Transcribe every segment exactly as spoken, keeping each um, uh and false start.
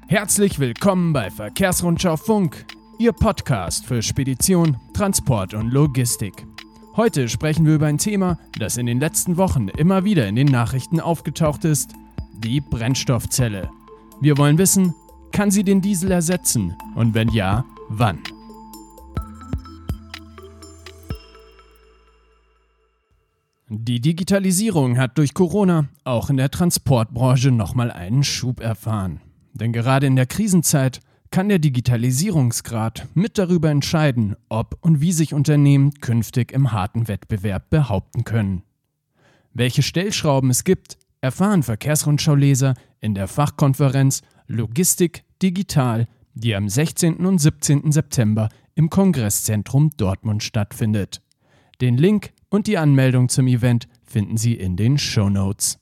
Herzlich willkommen bei Verkehrsrundschau Funk, Ihr Podcast für Spedition, Transport und Logistik. Heute sprechen wir über ein Thema, das in den letzten Wochen immer wieder in den Nachrichten aufgetaucht ist: die Brennstoffzelle. Wir wollen wissen, kann sie den Diesel ersetzen? Und wenn ja, wann? Die Digitalisierung hat durch Corona auch in der Transportbranche nochmal einen Schub erfahren. Denn gerade in der Krisenzeit kann der Digitalisierungsgrad mit darüber entscheiden, ob und wie sich Unternehmen künftig im harten Wettbewerb behaupten können. Welche Stellschrauben es gibt, erfahren Verkehrsrundschau-Leser in der Fachkonferenz Logistik digital, die am sechzehnten und siebzehnten September im Kongresszentrum Dortmund stattfindet. Den Link und die Anmeldung zum Event finden Sie in den Shownotes.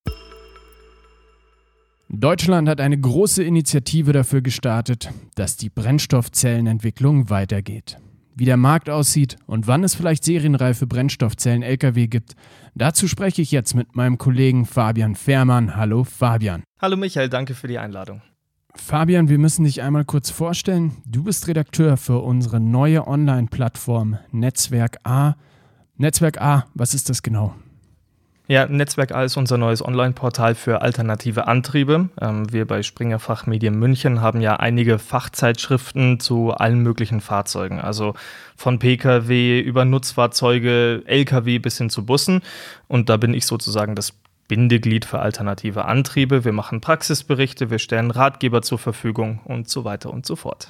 Deutschland hat eine große Initiative dafür gestartet, dass die Brennstoffzellenentwicklung weitergeht. Wie der Markt aussieht und wann es vielleicht serienreife Brennstoffzellen-L K W gibt, dazu spreche ich jetzt mit meinem Kollegen Fabian Fährmann. Hallo Fabian. Hallo Michael, danke für die Einladung. Fabian, wir müssen dich einmal kurz vorstellen. Du bist Redakteur für unsere neue Online-Plattform Netzwerk A. Netzwerk A, was ist das genau? Ja, Netzwerk A ist unser neues Online-Portal für alternative Antriebe. Ähm, wir bei Springer Fachmedien München haben ja einige Fachzeitschriften zu allen möglichen Fahrzeugen. Also von P K W über Nutzfahrzeuge, L K W bis hin zu Bussen. Und da bin ich sozusagen das Bindeglied für alternative Antriebe. Wir machen Praxisberichte, wir stellen Ratgeber zur Verfügung und so weiter und so fort.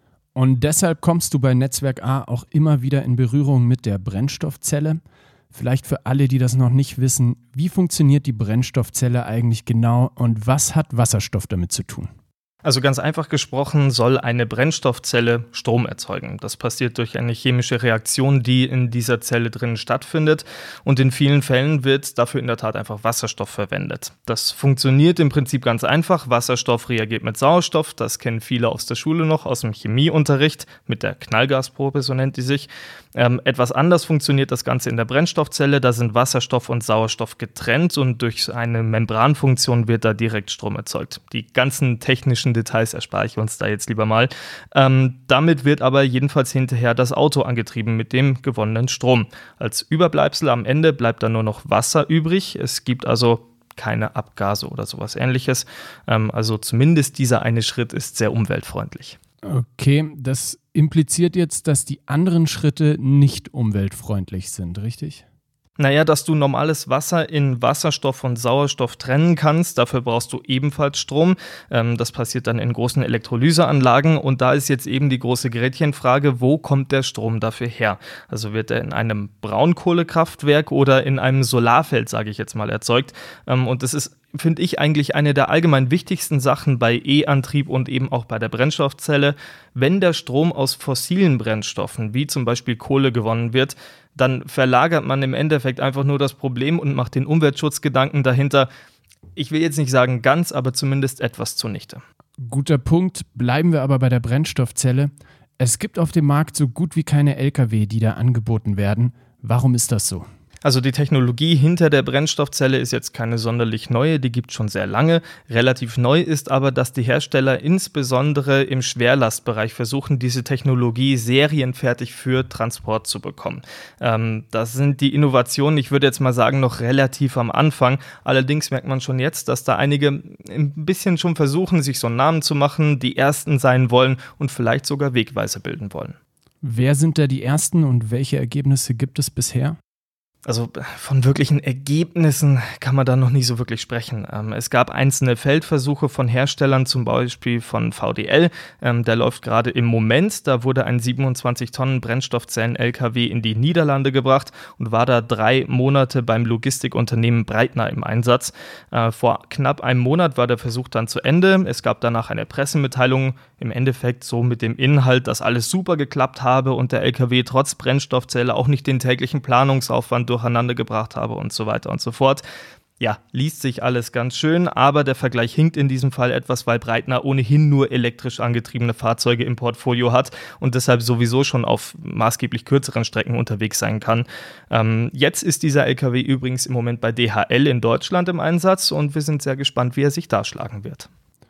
Und deshalb kommst du bei Netzwerk A auch immer wieder in Berührung mit der Brennstoffzelle. Vielleicht für alle, die das noch nicht wissen, wie funktioniert die Brennstoffzelle eigentlich genau und was hat Wasserstoff damit zu tun? Also ganz einfach gesprochen soll eine Brennstoffzelle Strom erzeugen. Das passiert durch eine chemische Reaktion, die in dieser Zelle drin stattfindet. Und in vielen Fällen wird dafür in der Tat einfach Wasserstoff verwendet. Das funktioniert im Prinzip ganz einfach. Wasserstoff reagiert mit Sauerstoff. Das kennen viele aus der Schule noch, aus dem Chemieunterricht, mit der Knallgasprobe, so nennt die sich. Ähm, etwas anders funktioniert das Ganze in der Brennstoffzelle. Da sind Wasserstoff und Sauerstoff getrennt und durch eine Membranfunktion wird da direkt Strom erzeugt. Die ganzen technischen Details erspare ich uns da jetzt lieber mal. Ähm, damit wird aber jedenfalls hinterher das Auto angetrieben mit dem gewonnenen Strom. Als Überbleibsel am Ende bleibt dann nur noch Wasser übrig. Es gibt also keine Abgase oder sowas Ähnliches. Ähm, also zumindest dieser eine Schritt ist sehr umweltfreundlich. Okay, das impliziert jetzt, dass die anderen Schritte nicht umweltfreundlich sind, richtig? Naja, dass du normales Wasser in Wasserstoff und Sauerstoff trennen kannst, dafür brauchst du ebenfalls Strom. Ähm, das passiert dann in großen Elektrolyseanlagen und da ist jetzt eben die große Gretchenfrage, wo kommt der Strom dafür her? Also wird er in einem Braunkohlekraftwerk oder in einem Solarfeld, sage ich jetzt mal, erzeugt? Ähm, und das ist, finde ich, eigentlich eine der allgemein wichtigsten Sachen bei E-Antrieb und eben auch bei der Brennstoffzelle. Wenn der Strom aus fossilen Brennstoffen, wie zum Beispiel Kohle, gewonnen wird, dann verlagert man im Endeffekt einfach nur das Problem und macht den Umweltschutzgedanken dahinter, ich will jetzt nicht sagen ganz, aber zumindest etwas zunichte. Guter Punkt, bleiben wir aber bei der Brennstoffzelle. Es gibt auf dem Markt so gut wie keine L K W, die da angeboten werden. Warum ist das so? Also die Technologie hinter der Brennstoffzelle ist jetzt keine sonderlich neue, die gibt es schon sehr lange. Relativ neu ist aber, dass die Hersteller insbesondere im Schwerlastbereich versuchen, diese Technologie serienfertig für Transport zu bekommen. Ähm, das sind die Innovationen, ich würde jetzt mal sagen, noch relativ am Anfang. Allerdings merkt man schon jetzt, dass da einige ein bisschen schon versuchen, sich so einen Namen zu machen, die Ersten sein wollen und vielleicht sogar Wegweiser bilden wollen. Wer sind da die Ersten und welche Ergebnisse gibt es bisher? Also von wirklichen Ergebnissen kann man da noch nicht so wirklich sprechen. Ähm, es gab einzelne Feldversuche von Herstellern, zum Beispiel von V D L. Ähm, der läuft gerade im Moment. Da wurde ein siebenundzwanzig Tonnen Brennstoffzellen-L K W in die Niederlande gebracht und war da drei Monate beim Logistikunternehmen Breitner im Einsatz. Äh, vor knapp einem Monat war der Versuch dann zu Ende. Es gab danach eine Pressemitteilung, im Endeffekt so mit dem Inhalt, dass alles super geklappt habe und der L K W trotz Brennstoffzelle auch nicht den täglichen Planungsaufwand durcheinander gebracht habe und so weiter und so fort. Ja, liest sich alles ganz schön, aber der Vergleich hinkt in diesem Fall etwas, weil Breitner ohnehin nur elektrisch angetriebene Fahrzeuge im Portfolio hat und deshalb sowieso schon auf maßgeblich kürzeren Strecken unterwegs sein kann. Ähm, jetzt ist dieser L K W übrigens im Moment bei D H L in Deutschland im Einsatz und wir sind sehr gespannt, wie er sich da schlagen wird.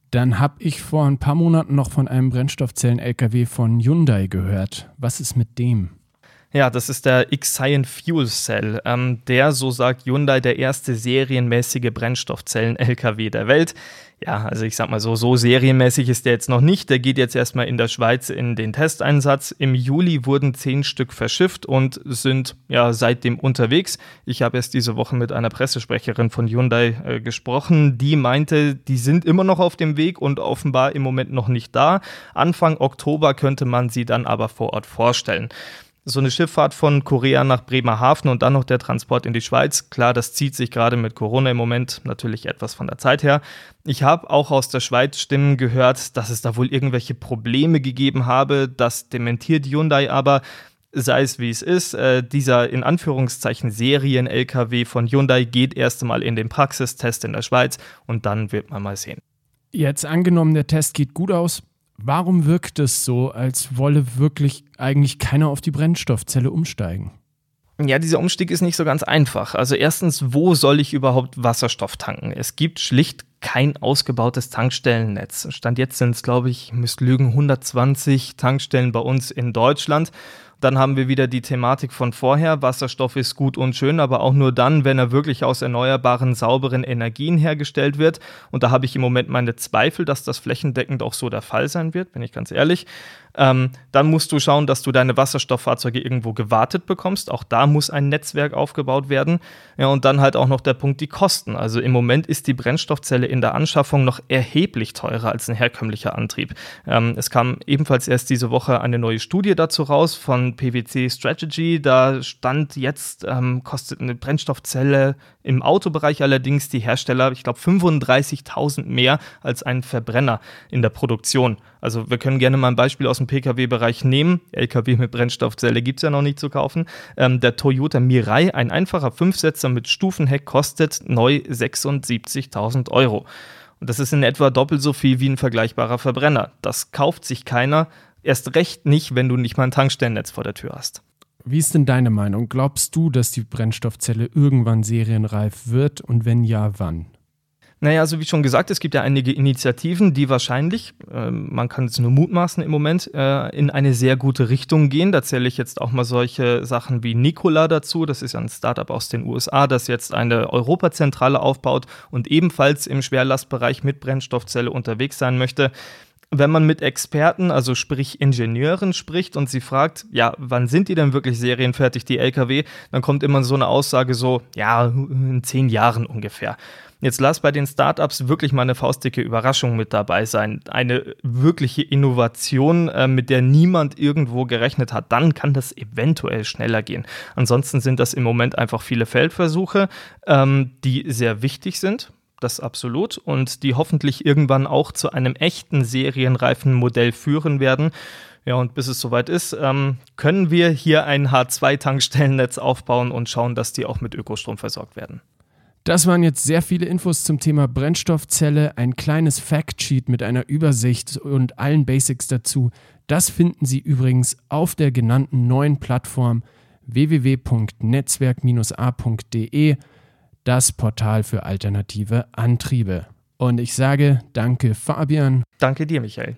Dann habe ich vor ein paar Monaten noch von einem Brennstoffzellen-L K W von Hyundai gehört. Was ist mit dem? Ja, das ist der Xcion Fuel Cell. Ähm, der, so sagt Hyundai, der erste serienmäßige Brennstoffzellen-L K W der Welt. Ja, also ich sag mal so, so serienmäßig ist der jetzt noch nicht. Der geht jetzt erstmal in der Schweiz in den Testeinsatz. Im Juli wurden zehn Stück verschifft und sind ja seitdem unterwegs. Ich habe erst diese Woche mit einer Pressesprecherin von Hyundai äh, gesprochen. Die meinte, die sind immer noch auf dem Weg und offenbar im Moment noch nicht da. Anfang Oktober könnte man sie dann aber vor Ort vorstellen. So eine Schifffahrt von Korea nach Bremerhaven und dann noch der Transport in die Schweiz, klar, das zieht sich gerade mit Corona im Moment natürlich etwas von der Zeit her. Ich habe auch aus der Schweiz Stimmen gehört, dass es da wohl irgendwelche Probleme gegeben habe. Das dementiert Hyundai aber, sei es wie es ist. Äh, dieser in Anführungszeichen Serien-L K W von Hyundai geht erst einmal in den Praxistest in der Schweiz und dann wird man mal sehen. Jetzt angenommen, der Test geht gut aus. Warum wirkt es so, als wolle wirklich eigentlich keiner auf die Brennstoffzelle umsteigen? Ja, dieser Umstieg ist nicht so ganz einfach. Also erstens, wo soll ich überhaupt Wasserstoff tanken? Es gibt schlicht kein ausgebautes Tankstellennetz. Stand jetzt sind es, glaube ich, ich müsste lügen, hundertzwanzig Tankstellen bei uns in Deutschland. Dann haben wir wieder die Thematik von vorher. Wasserstoff ist gut und schön, aber auch nur dann, wenn er wirklich aus erneuerbaren, sauberen Energien hergestellt wird. Und da habe ich im Moment meine Zweifel, dass das flächendeckend auch so der Fall sein wird, bin ich ganz ehrlich. Ähm, dann musst du schauen, dass du deine Wasserstofffahrzeuge irgendwo gewartet bekommst. Auch da muss ein Netzwerk aufgebaut werden. Ja, und dann halt auch noch der Punkt, die Kosten. Also im Moment ist die Brennstoffzelle in der Anschaffung noch erheblich teurer als ein herkömmlicher Antrieb. Ähm, es kam ebenfalls erst diese Woche eine neue Studie dazu raus von P W C Strategy. Da stand jetzt, ähm, kostet eine Brennstoffzelle im Autobereich allerdings die Hersteller, ich glaube, fünfunddreißigtausend mehr als ein Verbrenner in der Produktion. Also wir können gerne mal ein Beispiel aus dem P K W-Bereich nehmen. L K W mit Brennstoffzelle gibt es ja noch nicht zu kaufen. Ähm, der Toyota Mirai, ein einfacher Fünfsitzer mit Stufenheck, kostet neu sechsundsiebzigtausend Euro. Und das ist in etwa doppelt so viel wie ein vergleichbarer Verbrenner. Das kauft sich keiner, erst recht nicht, wenn du nicht mal ein Tankstellennetz vor der Tür hast. Wie ist denn deine Meinung? Glaubst du, dass die Brennstoffzelle irgendwann serienreif wird und wenn ja, wann? Naja, also wie schon gesagt, es gibt ja einige Initiativen, die wahrscheinlich, äh, man kann es nur mutmaßen im Moment, äh, in eine sehr gute Richtung gehen. Da zähle ich jetzt auch mal solche Sachen wie Nikola dazu. Das ist ja ein Startup aus den U S A, das jetzt eine Europazentrale aufbaut und ebenfalls im Schwerlastbereich mit Brennstoffzelle unterwegs sein möchte. Wenn man mit Experten, also sprich Ingenieuren spricht und sie fragt, ja, wann sind die denn wirklich serienfertig, die L K W, dann kommt immer so eine Aussage so, ja, in zehn Jahren ungefähr. Jetzt lass bei den Startups wirklich mal eine faustdicke Überraschung mit dabei sein. Eine wirkliche Innovation, äh, mit der niemand irgendwo gerechnet hat. Dann kann das eventuell schneller gehen. Ansonsten sind das im Moment einfach viele Feldversuche, ähm, die sehr wichtig sind. Das absolut. Und die hoffentlich irgendwann auch zu einem echten serienreifen Modell führen werden. Ja, und bis es soweit ist, ähm, können wir hier ein H zwei Tankstellennetz aufbauen und schauen, dass die auch mit Ökostrom versorgt werden. Das waren jetzt sehr viele Infos zum Thema Brennstoffzelle, ein kleines Factsheet mit einer Übersicht und allen Basics dazu. Das finden Sie übrigens auf der genannten neuen Plattform w w w punkt netzwerk a punkt d e, das Portal für alternative Antriebe. Und ich sage danke Fabian. Danke dir, Michael.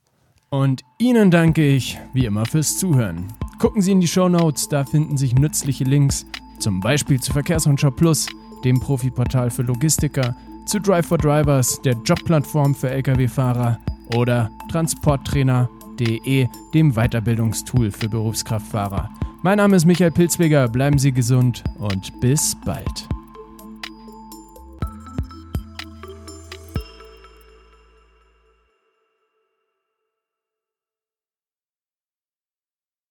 Und Ihnen danke ich, wie immer, fürs Zuhören. Gucken Sie in die Shownotes, da finden sich nützliche Links, zum Beispiel zu Verkehrsrundschau Plus, dem Profiportal für Logistiker, zu Drive for Drivers, der Jobplattform für L K W-Fahrer oder transporttrainer punkt d e, dem Weiterbildungstool für Berufskraftfahrer. Mein Name ist Michael Pilzweger, bleiben Sie gesund und bis bald.